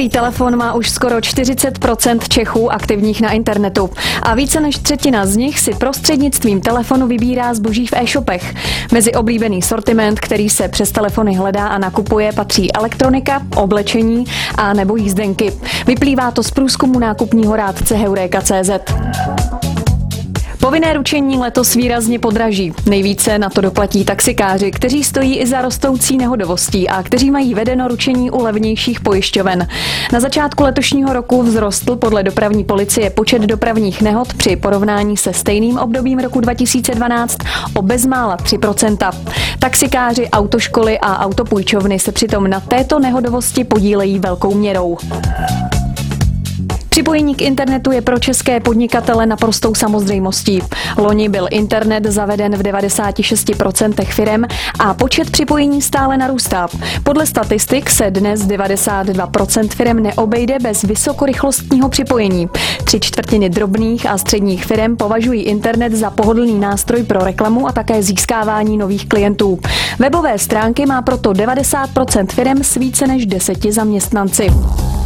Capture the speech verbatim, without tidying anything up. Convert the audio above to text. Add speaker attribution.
Speaker 1: chytrý telefon má už skoro čtyřicet procent Čechů aktivních na internetu a více než třetina z nich si prostřednictvím telefonu vybírá zboží v e-shopech. Mezi oblíbený sortiment, který se přes telefony hledá a nakupuje, patří elektronika, oblečení a nebo jízdenky. Vyplývá to z průzkumu nákupního rádce Heureka tečka cé zet. Povinné ručení letos výrazně podraží. Nejvíce na to doplatí taxikáři, kteří stojí i za rostoucí nehodovostí a kteří mají vedeno ručení u levnějších pojišťoven. Na začátku letošního roku vzrostl podle dopravní policie počet dopravních nehod při porovnání se stejným obdobím roku dva tisíce dvanáct o bezmála tři procenta. Taxikáři, autoškoly a autopůjčovny se přitom na této nehodovosti podílejí velkou měrou. Připojení k internetu je pro české podnikatele naprostou samozřejmostí. Loni byl internet zaveden v devadesáti šesti procentech firem a počet připojení stále narůstá. Podle statistik se dnes devadesát dva procent firem neobejde bez vysokorychlostního připojení. Tři čtvrtiny drobných a středních firem považují internet za pohodlný nástroj pro reklamu a také získávání nových klientů. Webové stránky má proto devadesát procent firem s více než deseti zaměstnanci.